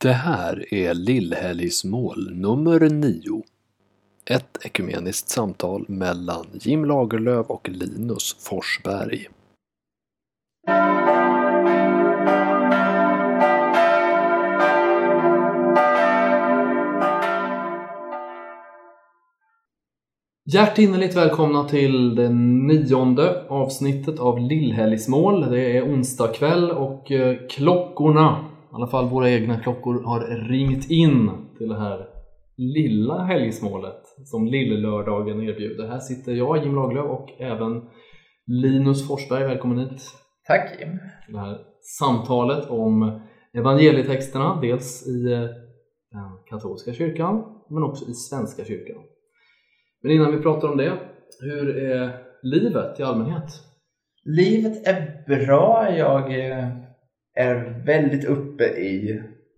Det här är Lillhelgsmål nummer 9. Ett ekumeniskt samtal mellan Jim Lagerlöf och Linus Forsberg. Hjärtinnerligt välkomna till det 9:e avsnittet av Lillhelgsmål. Det är onsdag kväll och klockorna, i alla fall våra egna klockor, har ringt in till det här lilla helgsmålet som lillelördagen erbjuder. Här sitter jag, Jim Lagerlöf, och även Linus Forsberg. Välkommen hit. Tack, Jim. Det här samtalet om evangelietexterna, dels i den katolska kyrkan men också i svenska kyrkan. Men innan vi pratar om det, hur är livet i allmänhet? Livet är bra. Jag är väldigt uppe i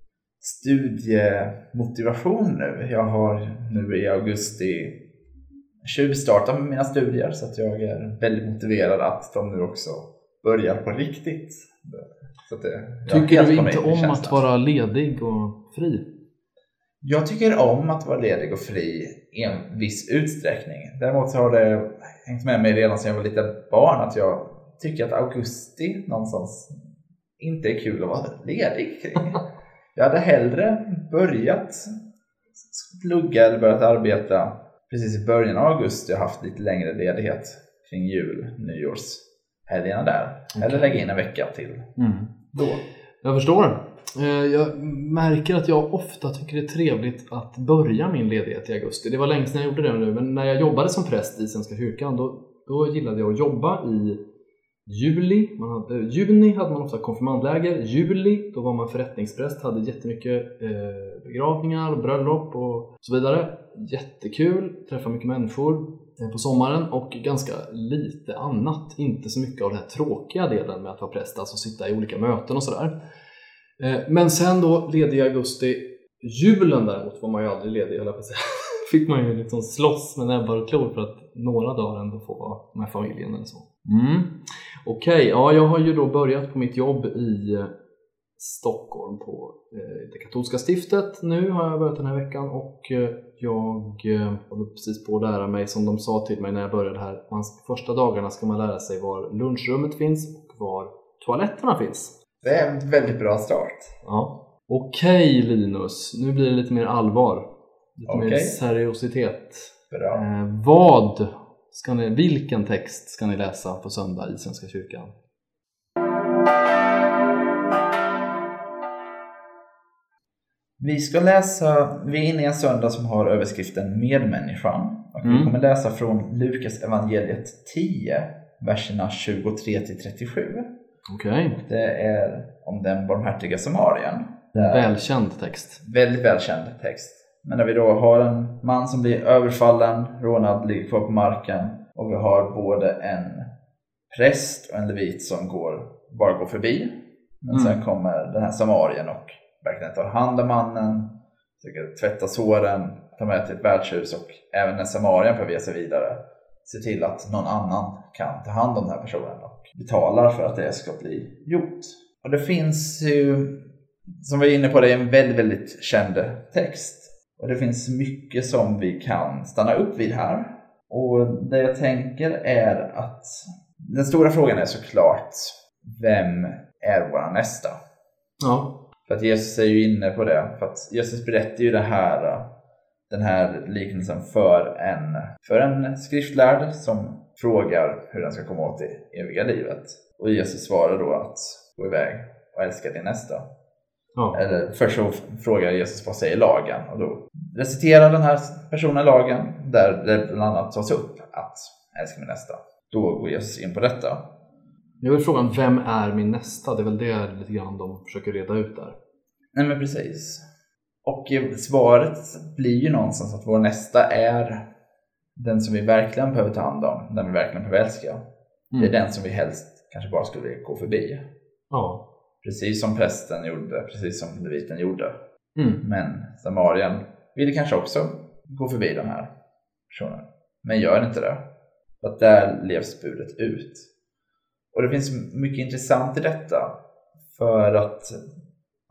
studiemotivation nu. Jag har nu i augusti tjuvstartat med mina studier, så att jag är väldigt motiverad att de nu också börjar på riktigt. Så att tycker du inte om att vara ledig och fri? Jag tycker om att vara ledig och fri i en viss utsträckning. Däremot så har det hängt med mig redan sedan jag var lite barn att jag tycker att augusti någonstans inte är kul att vara ledig kring. Jag hade hellre börjat plugga eller börjat arbeta precis i början av augusti och haft lite längre ledighet kring jul, nyårshelgerna där. Okay. Eller lägga in en vecka till. Då. Jag förstår. Jag märker att jag ofta tycker det är trevligt att börja min ledighet i augusti. Det var länge sedan jag gjorde det nu, men när jag jobbade som präst i Svenska kyrkan då gillade jag att jobba i juli. Juni hade man ofta konfirmandläger. Juli, då var man förrättningspräst, hade jättemycket begravningar, bröllop och så vidare. Jättekul, träffa mycket människor på sommaren och ganska lite annat. Inte så mycket av den här tråkiga delen med att vara präst, alltså sitta i olika möten och sådär. Men sen då ledig i augusti. Julen däremot var man ju aldrig ledig, höll jag på att säga. Fick man ju liksom slåss med näbbar och klor för att några dagar ändå få vara med familjen eller så. Okej, ja, jag har ju då börjat på mitt jobb i Stockholm på det katolska stiftet. Nu har jag börjat den här veckan och jag håller precis på att lära mig, som de sa till mig när jag började här. Första dagarna ska man lära sig var lunchrummet finns och var toaletterna finns. Det är en väldigt bra start. Ja. Okej, Linus, nu blir det lite mer allvar. Lite mer seriositet. Bra. Vilken text ska ni läsa på söndag i Svenska kyrkan? Vi är inne i en söndag som har överskriften Medmänniskan. Och vi kommer läsa från Lukas evangeliet 10, verserna 23-37. Okej. Det är om den barmhärtiga samarien. Välkänd text. Väldigt välkänd text. Men när vi då har en man som blir överfallen, rånad, ligger kvar på marken. Och vi har både en präst och en levit som bara går förbi. Men sen kommer den här samarien och verkligen tar hand om mannen, försöker tvätta såren, ta med till ett värdshus, och även när samarien får ge sig vidare, se till att någon annan kan ta hand om den här personen och betalar för att det ska bli gjort. Och det finns ju, som vi är inne på, det är en väldigt, väldigt känd text. Och det finns mycket som vi kan stanna upp vid här. Och det jag tänker är att den stora frågan är såklart, vem är vår nästa? Ja. För att Jesus är ju inne på det. För att Jesus berättar ju den här liknelsen för en skriftlärd som frågar hur den ska komma åt det eviga livet. Och Jesus svarar då att gå iväg och älska din nästa. Ja. Eller först så frågar Jesus vad säger lagen. Och då reciterar den här personen lagen, där det bland annat tas upp att älska min nästa. Då går Jesus in på detta. Jag vill fråga, vem är min nästa? Det är väl det lite grann de försöker reda ut där. Nej, men precis. Och svaret blir ju någonstans att vår nästa är den som vi verkligen behöver ta hand om, den vi verkligen behöver älska. Det är den som vi helst kanske bara skulle gå förbi. Ja. Precis som prästen gjorde, precis som leviten gjorde. Men samarien ville kanske också gå förbi den här personen, men gör inte det. För att där levs budet ut. Och det finns mycket intressant i detta. För att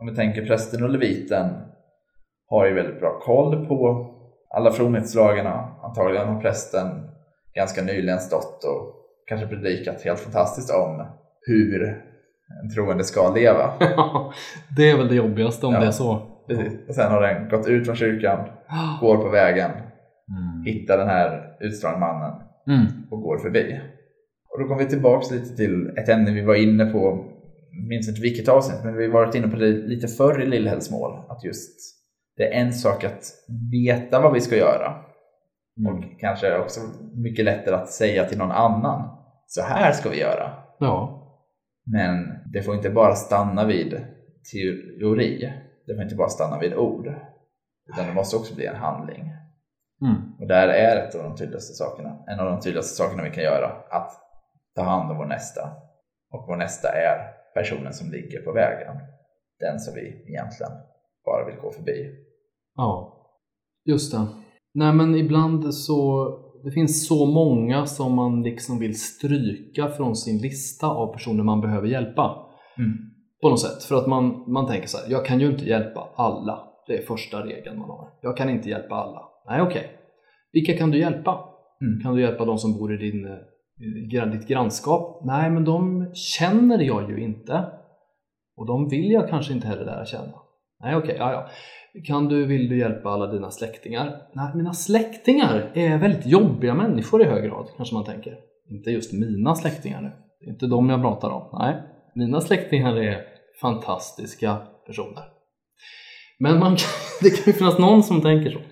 om vi tänker prästen och leviten har ju väldigt bra koll på alla fromhetslagarna. Antagligen har prästen ganska nyligen stått och kanske predikat helt fantastiskt om hur en troende ska leva. Det är väl det jobbigaste om det är så. Precis. Och sen har den gått ut från kyrkan, går på vägen, hittar den här utslagna mannen och går förbi. Och då kommer vi tillbaka lite till ett ämne vi var inne på, minns inte vilket avsnitt, men vi har varit inne på det lite förr i Lillhällsmål. Att just det är en sak att veta vad vi ska göra. Och kanske också mycket lättare att säga till någon annan, så här ska vi göra. Ja. Men det får inte bara stanna vid teori. Det får inte bara stanna vid ord. Utan det måste också bli en handling. Och där är en av de tydligaste sakerna vi kan göra att ta hand om vår nästa. Och vår nästa är personen som ligger på vägen. Den som vi egentligen bara vill gå förbi. Ja, just det. Nej, men ibland så det finns så många som man liksom vill stryka från sin lista av personer man behöver hjälpa. På något sätt. För att man tänker så här, jag kan ju inte hjälpa alla. Det är första regeln man har. Jag kan inte hjälpa alla. Nej, okej. Vilka kan du hjälpa? Kan du hjälpa de som bor i ditt grannskap? Nej, men de känner jag ju inte. Och de vill jag kanske inte heller lära känna. Nej, okej. Ja. Vill du hjälpa alla dina släktingar? Nej, mina släktingar är väldigt jobbiga människor i hög grad, kanske man tänker. Inte just mina släktingar. Det är inte de jag pratar om. Nej, mina släktingar är fantastiska personer. Men det kan ju finnas någon som tänker så.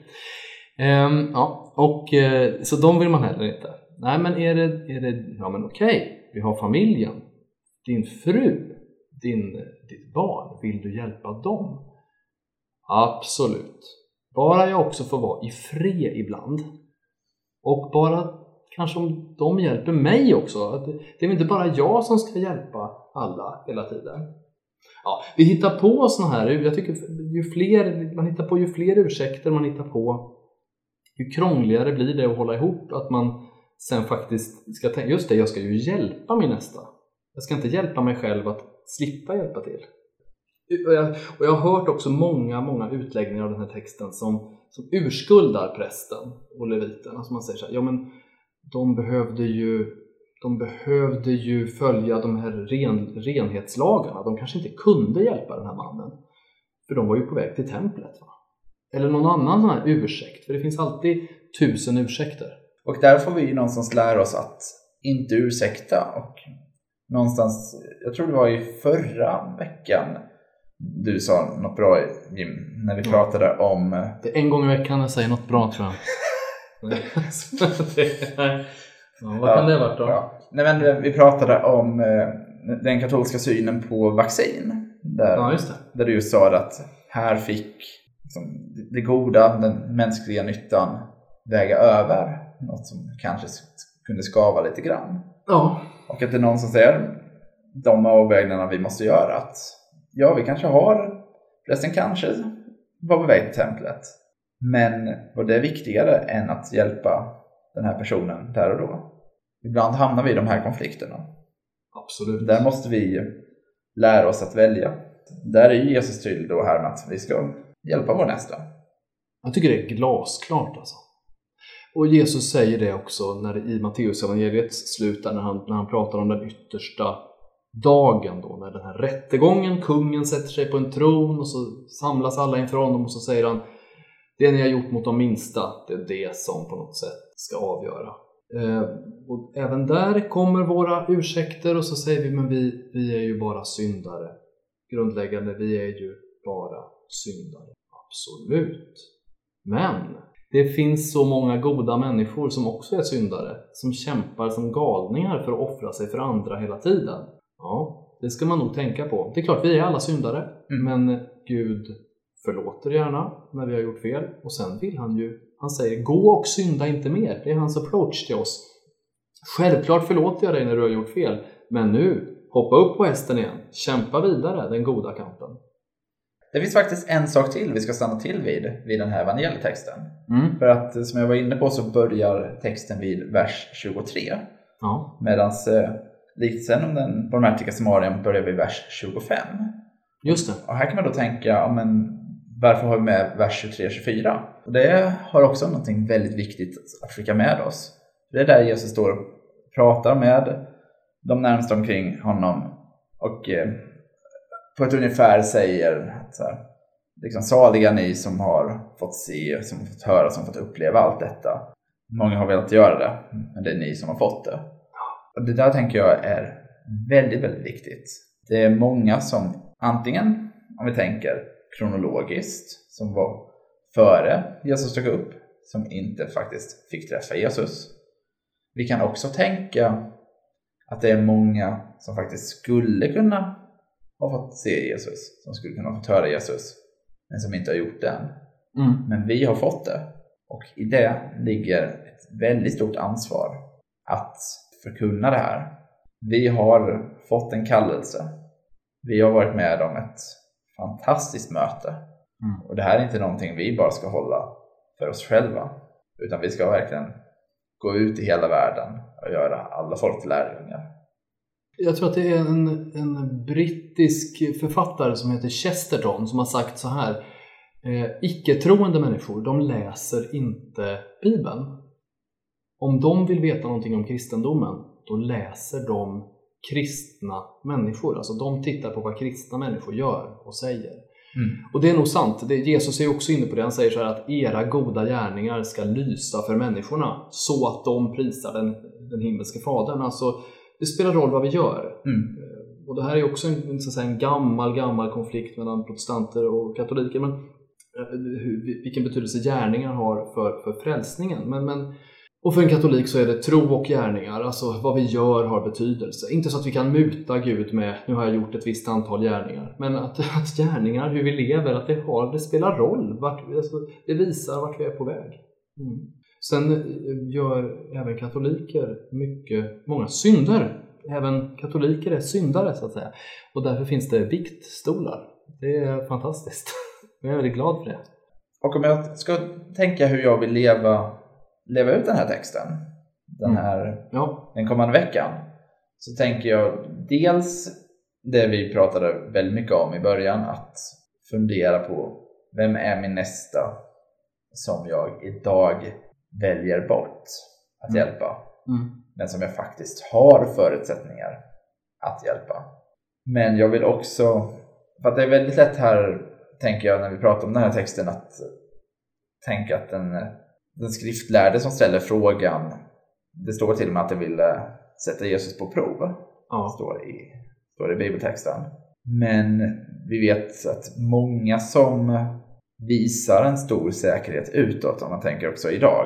Så de vill man heller inte. Nej, men är det ja, men okej. Vi har familjen. Din fru, ditt barn. Vill du hjälpa dem? Absolut. Bara jag också får vara i fred ibland. Och bara kanske om de hjälper mig också. Det är inte bara jag som ska hjälpa alla hela tiden. Ja, vi hittar på såna här. Jag tycker ju fler ursäkter man hittar på, ju krångligare blir det att hålla ihop. Att man sen faktiskt ska tänka, just det, jag ska ju hjälpa min nästa. Jag ska inte hjälpa mig själv att slippa hjälpa till. Och jag har hört också många utläggningar av den här texten som urskuldar prästen och leviten. Alltså man säger så här, ja men de behövde ju följa de här renhetslagarna. De kanske inte kunde hjälpa den här mannen. För de var ju på väg till templet. Va? Eller någon annan sån här ursäkt. För det finns alltid 1000 ursäkter. Och där får vi ju någonstans lära oss att inte ursäkta. Och någonstans, jag tror det var i förra veckan du sa något bra, Jim, när vi pratade om... Det är en gång i veckan jag säger något bra, tror jag. Vad kan det vara då? Ja. Nej, men vi pratade om den katolska synen på vaccin. Där du sa att här fick liksom, det goda, den mänskliga nyttan väga över. Något som kanske kunde skava lite grann. Ja. Och att det är någon som säger de avvägningarna vi måste göra. Att ja, vi kanske har, resten kanske var på väg till templet. Men var det viktigare än att hjälpa den här personen där och då? Ibland hamnar vi i de här konflikterna. Absolut. Där måste vi lära oss att välja. Där är ju Jesus tydlig då här med att vi ska hjälpa vår nästa. Jag tycker det är glasklart alltså. Och Jesus säger det också i Matteus evangeliets slut när han pratar om den yttersta dagen då, när den här rättegången, kungen sätter sig på en tron och så samlas alla inför honom och så säger han, det ni har gjort mot de minsta, det är det som på något sätt ska avgöra. Och även där kommer våra ursäkter och så säger vi, men vi är ju bara syndare. Grundläggande, vi är ju bara syndare. Absolut. Men det finns så många goda människor som också är syndare, som kämpar som galningar för att offra sig för andra hela tiden. Ja, det ska man nog tänka på. Det är klart, vi är alla syndare, men Gud förlåter gärna när vi har gjort fel. Och sen vill han säger, gå och synda inte mer. Det är hans approach till oss. Självklart förlåter jag dig när du har gjort fel, men nu, hoppa upp på hästen igen. Kämpa vidare, den goda kampen. Det finns faktiskt en sak till vi ska stanna till vid den här evangelietexten. För att som jag var inne på så börjar texten vid vers 23. Ja. Medan liknelsen om den barmhärtiga samarien börjar vid vers 25. Just det. Och här kan man då tänka, ja, men varför har vi med vers 23-24? Och det har också någonting väldigt viktigt att skicka med oss. Det är där Jesus står och pratar med de närmaste omkring honom och på ett ungefär säger att så här, liksom, saliga ni som har fått se, som har fått höra, som har fått uppleva allt detta. Många har velat göra det, men det är ni som har fått det. Och det där tänker jag är väldigt, väldigt viktigt. Det är många som antingen, om vi tänker kronologiskt, som var före Jesus dök upp, som inte faktiskt fick träffa Jesus. Vi kan också tänka att det är många som faktiskt skulle kunna ha fått se Jesus, som skulle kunna ha fått höra Jesus, men som inte har gjort det än. Men vi har fått det. Och i det ligger ett väldigt stort ansvar att förkunna det här. Vi har fått en kallelse. Vi har varit med om ett fantastiskt möte. Och det här är inte någonting vi bara ska hålla för oss själva, utan vi ska verkligen gå ut i hela världen och göra alla folk till lärjungar. Jag tror att det är en brittisk författare som heter Chesterton som har sagt så här: icke-troende människor, de läser inte Bibeln. Om de vill veta någonting om kristendomen, då läser de kristna människor. Alltså de tittar på vad kristna människor gör och säger. Och det är nog sant. Jesus är också inne på det. Han säger så här att era goda gärningar ska lysa för människorna så att de prisar den himmelske fadern. Alltså det spelar roll vad vi gör. Och det här är också en gammal konflikt mellan protestanter och katoliker. Men vilken betydelse gärningar har för frälsningen. Och för en katolik så är det tro och gärningar. Alltså vad vi gör har betydelse. Inte så att vi kan muta Gud med, nu har jag gjort ett visst antal gärningar. Men att gärningar, hur vi lever, att det spelar roll. Det visar vart vi är på väg. Sen gör även katoliker många synder. Även katoliker är syndare så att säga. Och därför finns det viktstolar. Det är fantastiskt. Jag är väldigt glad för det. Och om jag ska tänka hur jag vill leva ut den här texten, den kommande veckan, så tänker jag dels det vi pratade väldigt mycket om i början, att fundera på vem är min nästa som jag idag väljer bort att hjälpa, men som jag faktiskt har förutsättningar att hjälpa. Men jag vill också, för att det är väldigt lätt här, tänker jag, när vi pratar om den här texten, att tänka att den skriftlärde som ställer frågan, det står till och med att den ville sätta Jesus på prov. Står i bibeltexten. Men vi vet att många som visar en stor säkerhet utåt, om man tänker också idag,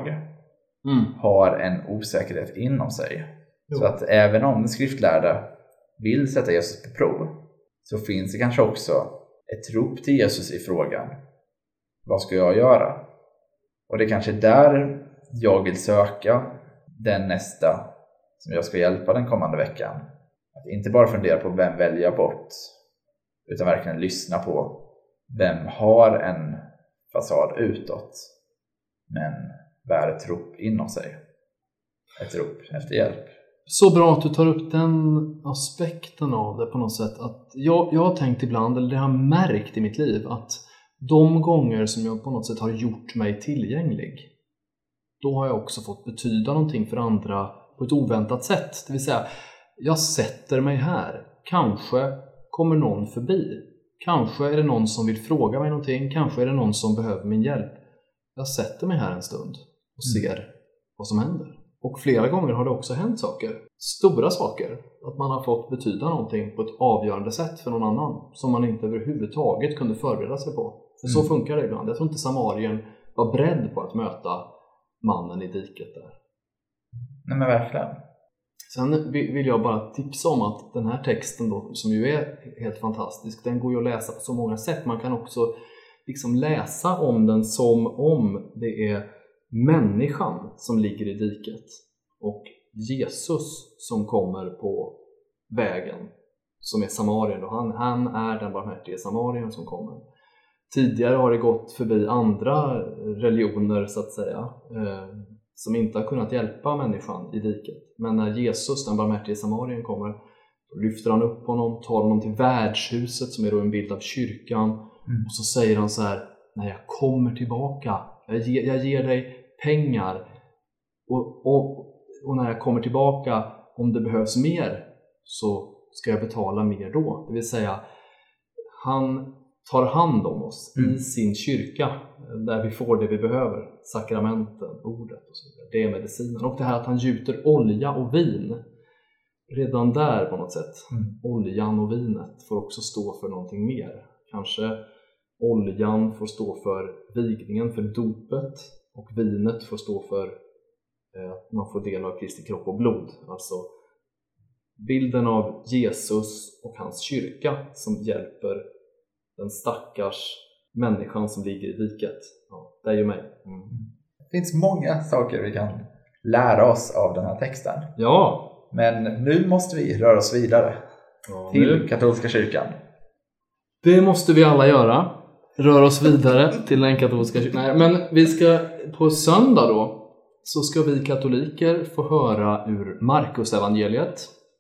har en osäkerhet inom sig. Så att även om den skriftlärde vill sätta Jesus på prov, så finns det kanske också ett rop till Jesus i frågan: vad ska jag göra? Och det är kanske där jag vill söka den nästa som jag ska hjälpa den kommande veckan. Att inte bara fundera på vem väljer jag bort, utan verkligen lyssna på vem har en fasad utåt men bär ett rop inom sig. Ett rop efter hjälp. Så bra att du tar upp den aspekten av det på något sätt. Att jag har tänkt ibland, eller det har märkt i mitt liv, att de gånger som jag på något sätt har gjort mig tillgänglig, då har jag också fått betyda någonting för andra på ett oväntat sätt. Det vill säga, jag sätter mig här. Kanske kommer någon förbi. Kanske är det någon som vill fråga mig någonting. Kanske är det någon som behöver min hjälp. Jag sätter mig här en stund och ser vad som händer. Och flera gånger har det också hänt saker. Stora saker. Att man har fått betyda någonting på ett avgörande sätt för någon annan som man inte överhuvudtaget kunde förbereda sig på. För så funkar det ibland. Jag tror inte samarien var beredd på att möta mannen i diket där. Nej, men verkligen. Sen vill jag bara tipsa om att den här texten då, som ju är helt fantastisk, den går ju att läsa på så många sätt. Man kan också liksom läsa om den som om det är människan som ligger i diket och Jesus som kommer på vägen, som är samarien. Och han är den barmhärtige samarien som kommer. Tidigare har det gått förbi andra religioner så att säga, som inte har kunnat hjälpa människan i diket. Men när Jesus, den barmhärtige samarien, kommer, Då lyfter han upp honom, tar honom till värdshuset som är då en bild av kyrkan. Och så säger han så här: när jag kommer tillbaka, jag ger dig pengar. Och när jag kommer tillbaka, om det behövs mer, så ska jag betala mer då. Det vill säga, han tar hand om oss i sin kyrka, där vi får det vi behöver, sakramenten, ordet och så vidare. Det är medicinen. Och det här att han gjuter olja och vin, redan där på något sätt, oljan och vinet får också stå för någonting mer. Kanske oljan får stå för vigningen, för dopet, och vinet får stå för att man får del av Kristi kropp och blod. Alltså bilden av Jesus och hans kyrka som hjälper den stackars människan som ligger i diket. Ja, det är ju mig. Det finns många saker vi kan lära oss av den här texten. Ja. Men nu måste vi röra oss vidare till katolska kyrkan. Det måste vi alla göra. Röra oss vidare till den katolska kyrkan. Nej, men vi ska på söndag då, så ska vi katoliker få höra ur Markus evangeliet.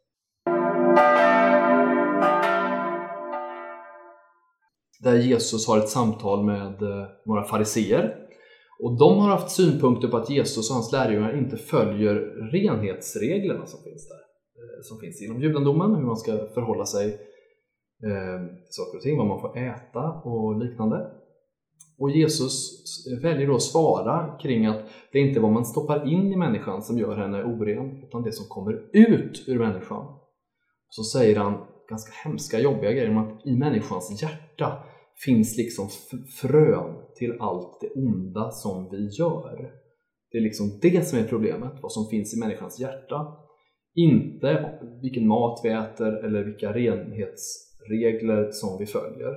Där Jesus har ett samtal med några fariseer. Och de har haft synpunkter på att Jesus och hans lärjungar inte följer renhetsreglerna som finns där. Som finns inom judendomen, hur man ska förhålla sig till saker och ting, vad man får äta och liknande. Och Jesus väljer då att svara kring att det är inte vad man stoppar in i människan som gör henne oren, utan det som kommer ut ur människan. Så säger han ganska hemska, jobbiga grejer om att i människans hjärta finns liksom frön till allt det onda som vi gör. Det är liksom det som är problemet, vad som finns i människans hjärta. Inte vilken mat vi äter eller vilka renhetsregler som vi följer.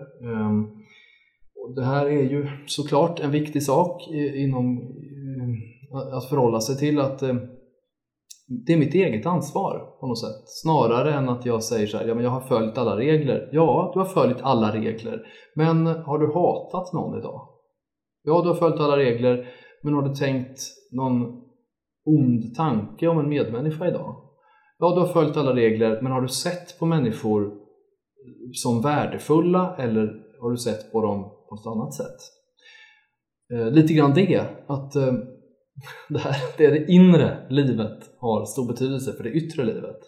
Och det här är ju såklart en viktig sak inom att förhålla sig till, att det är mitt eget ansvar på något sätt. Snarare än att jag säger så här: ja, men jag har följt alla regler. Ja, du har följt alla regler. Men har du hatat någon idag? Ja, du har följt alla regler. Men har du tänkt någon ond tanke om en medmänniska idag? Ja, du har följt alla regler. Men har du sett på människor som värdefulla, eller har du sett på dem på ett annat sätt? Lite grann det. Att det inre livet har stor betydelse för det yttre livet.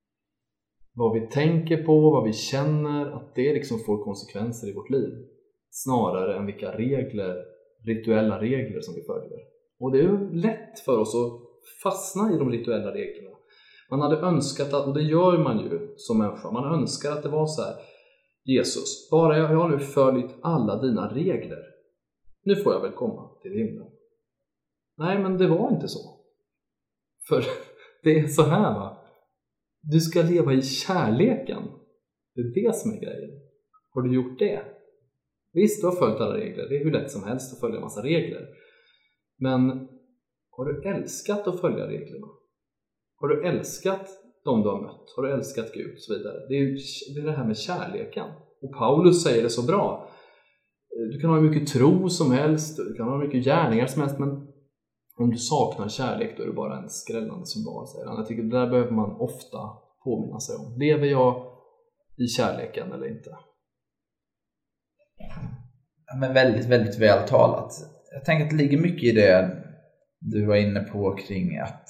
Vad vi tänker på, vad vi känner, att det liksom får konsekvenser i vårt liv. Snarare än vilka rituella regler som vi följer. Och det är ju lätt för oss att fastna i de rituella reglerna. Man hade önskat att, och det gör man ju som människa, man önskar att det var så här: Jesus, bara jag har nu följt alla dina regler, nu får jag väl komma till himlen. Nej, men det var inte så. För det är så här, va? Du ska leva i kärleken. Det är det som är grejen. Har du gjort det? Visst, du har följt alla regler. Det är hur lätt som helst att följa en massa regler. Men har du älskat att följa reglerna? Har du älskat dem du har mött? Har du älskat Gud? Och så vidare. Det är det här med kärleken. Och Paulus säger det så bra. Du kan ha hur mycket tro som helst. Du kan ha hur mycket gärningar som helst. Men om du saknar kärlek, då är det bara en skrällande symbol, säger han. Jag tycker det där behöver man ofta påminna sig om. Lever jag i kärleken eller inte? Men väldigt, väldigt väl talat. Jag tänker att det ligger mycket i det du var inne på kring att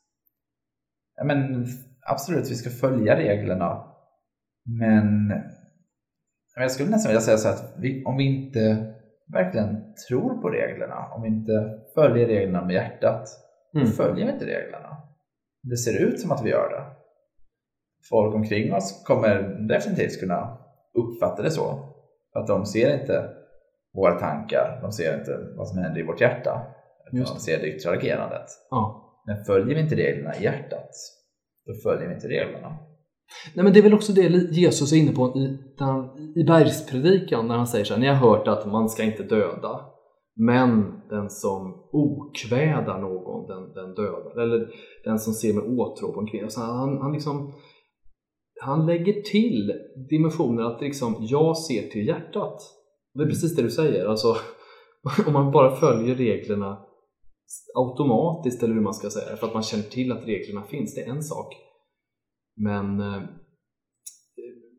absolut, vi ska följa reglerna. Men jag skulle nästan vilja säga så att om vi inte verkligen tror på reglerna, om vi inte följer reglerna med hjärtat, då följer vi inte reglerna. Det ser ut som att vi gör det. Folk omkring oss kommer definitivt kunna uppfatta det så. Att de ser inte våra tankar, de ser inte vad som händer i vårt hjärta. De ser det yttre agerandet. Ja. Men följer vi inte reglerna i hjärtat, då följer vi inte reglerna. Nej, men det är väl också det Jesus är inne på i bergspredikan, när han säger så här: ni har hört att man ska inte döda, men den som okvädar någon, den dödar. Eller den som ser med åtrå omkring. Så han lägger till dimensioner att liksom, jag ser till hjärtat. Det är precis det du säger. Alltså, om man bara följer reglerna automatiskt, eller hur man ska säga, för att man känner till att reglerna finns, det är en sak. Men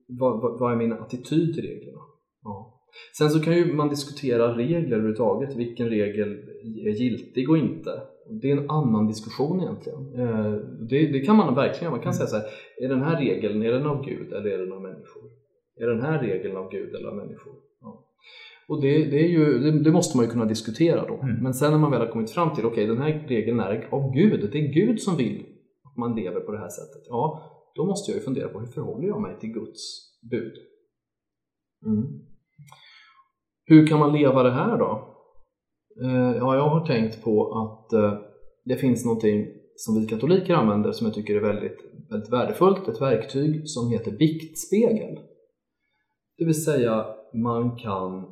vad är min attityd till reglerna? Ja. Sen så kan ju man diskutera regler överhuvudtaget. Vilken regel är giltig och inte. Det är en annan diskussion egentligen. Det kan man verkligen. Man kan säga så här. Är den här regeln, är den av Gud eller är den av människor? Är den här regeln av Gud eller av människor? Ja. Och det måste man ju kunna diskutera då. Men sen när man väl har kommit fram till okej, den här regeln är av Gud. Det är Gud som vill att man lever på det här sättet. Ja, då måste jag ju fundera på hur förhåller jag mig till Guds bud. Hur kan man leva det här då? Ja, jag har tänkt på att det finns någonting som vi katoliker använder som jag tycker är väldigt, väldigt värdefullt. Ett verktyg som heter viktspegel. Det vill säga man kan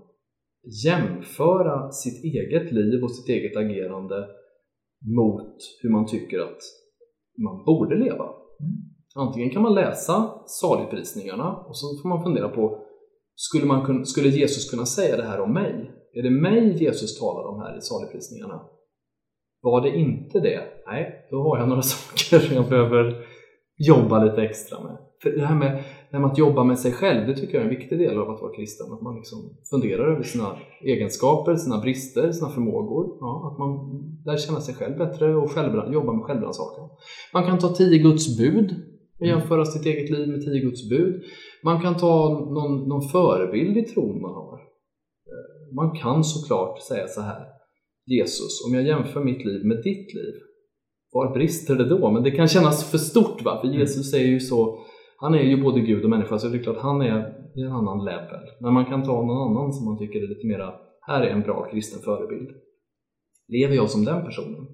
jämföra sitt eget liv och sitt eget agerande mot hur man tycker att man borde leva. Antingen kan man läsa saligprisningarna och så får man fundera på skulle Jesus kunna säga det här om mig? Är det mig Jesus talar om här i saligprisningarna? Var det inte det? Nej, då har jag några saker jag behöver jobba lite extra med. För det här med att jobba med sig själv, det tycker jag är en viktig del av att vara kristen. Att man liksom funderar över sina egenskaper, sina brister, sina förmågor. Ja, att man lär känna sig själv bättre och jobba med självrannsakan. Man kan ta 10 Guds bud och jämföra sitt eget liv med 10 Guds bud. Man kan ta någon förebild i tron man har. Man kan såklart säga så här: Jesus, om jag jämför mitt liv med ditt liv, var brister det då? Men det kan kännas för stort, va? För Jesus är ju så, han är ju både Gud och människa, så det är klart han är i en annan level. Men man kan ta någon annan som man tycker är lite mera, här är en bra kristen förebild. Lever jag som den personen?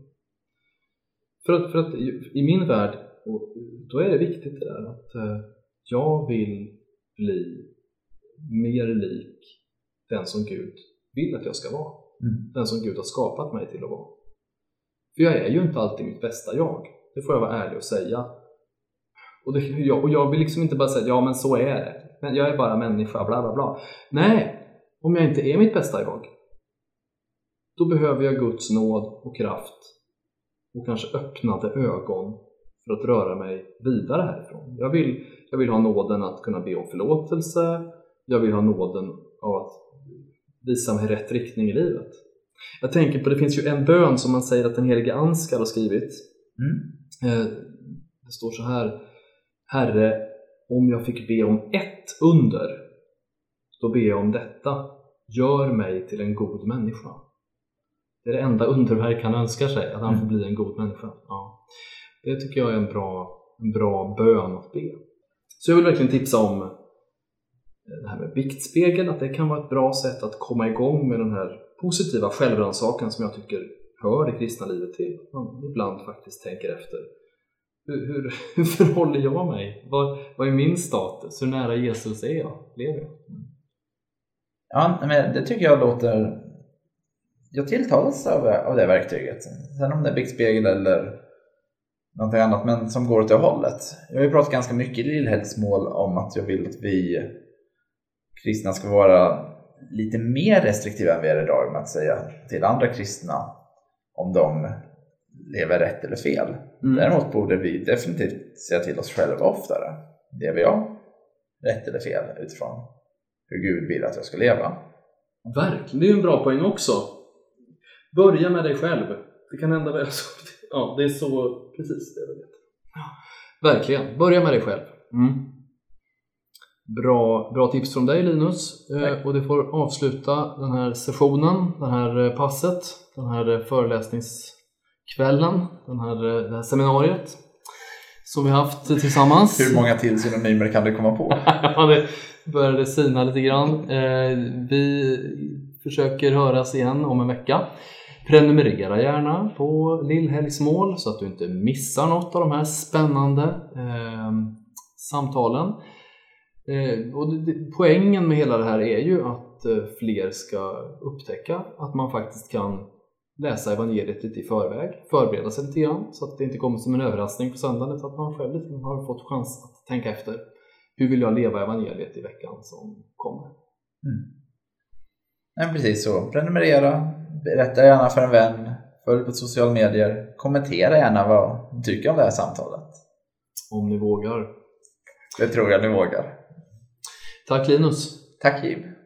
För att i min värld, då är det viktigt det där att jag vill bli mer lik den som Gud vill att jag ska vara. Den som Gud har skapat mig till att vara. För jag är ju inte alltid mitt bästa jag. Det får jag vara ärlig och säga. Och jag vill liksom inte bara säga ja men så är det. Men jag är bara människa, bla bla bla. Nej, om jag inte är mitt bästa jag, då behöver jag Guds nåd och kraft. Och kanske öppnade ögon för att röra mig vidare härifrån. Jag vill ha nåden att kunna be om förlåtelse. Jag vill ha nåden av att visa mig rätt riktning i livet. Jag tänker på, det finns ju en bön som man säger att den helige Ansgar har skrivit. Det står så här: Herre, om jag fick be om ett under, då ber jag om detta. Gör mig till en god människa. Det är det enda underverk han önskar sig, att han får bli en god människa. Ja. Det tycker jag är en bra bön att be. Så jag vill verkligen tipsa om det här med viktspegel, att det kan vara ett bra sätt att komma igång med den här positiva självrannsakan som jag tycker hör det kristna livet till. Man ibland faktiskt tänker efter. Hur förhåller jag mig? Vad är min status? Hur nära Jesus är jag? Lever jag? Ja, men det tycker jag låter... Jag tilltalas av det verktyget. Sen om det är viktspegel eller någonting annat, men som går åt det hållet. Jag har ju pratat ganska mycket i Lillhällsmål om att jag vill att vi kristna ska vara lite mer restriktiva än vi är idag med att säga till andra kristna om de lever rätt eller fel. Däremot borde vi definitivt säga till oss själva oftare. Lever jag rätt eller fel utifrån hur Gud vill att jag ska leva? Verkligen, det är en bra poäng också. Börja med dig själv. Det kan hända väl så. Ja, det är så precis det jag vet. Verkligen, börja med dig själv. Bra tips från dig, Linus. Och det får avsluta den här sessionen, det här passet, den här föreläsningskvällen, det här seminariet som vi haft tillsammans. Hur många till synonymer kan det komma på? Ja, det började sina lite grann. Vi försöker höras igen om en vecka. Prenumerera gärna på Lillhällsmål så att du inte missar något av de här spännande samtalen. Och poängen med hela det här är ju att fler ska upptäcka att man faktiskt kan läsa evangeliet lite i förväg, förbereda sig lite grann så att det inte kommer som en överraskning på söndagen, så att man själv har fått chans att tänka efter: hur vill jag leva evangeliet i veckan som kommer? Nej, precis så. Prenumerera, berätta gärna för en vän, följ på sociala medier, kommentera gärna vad du tycker om det här samtalet. Om ni vågar. Det tror jag ni vågar. Tack Linus. Tack Jim.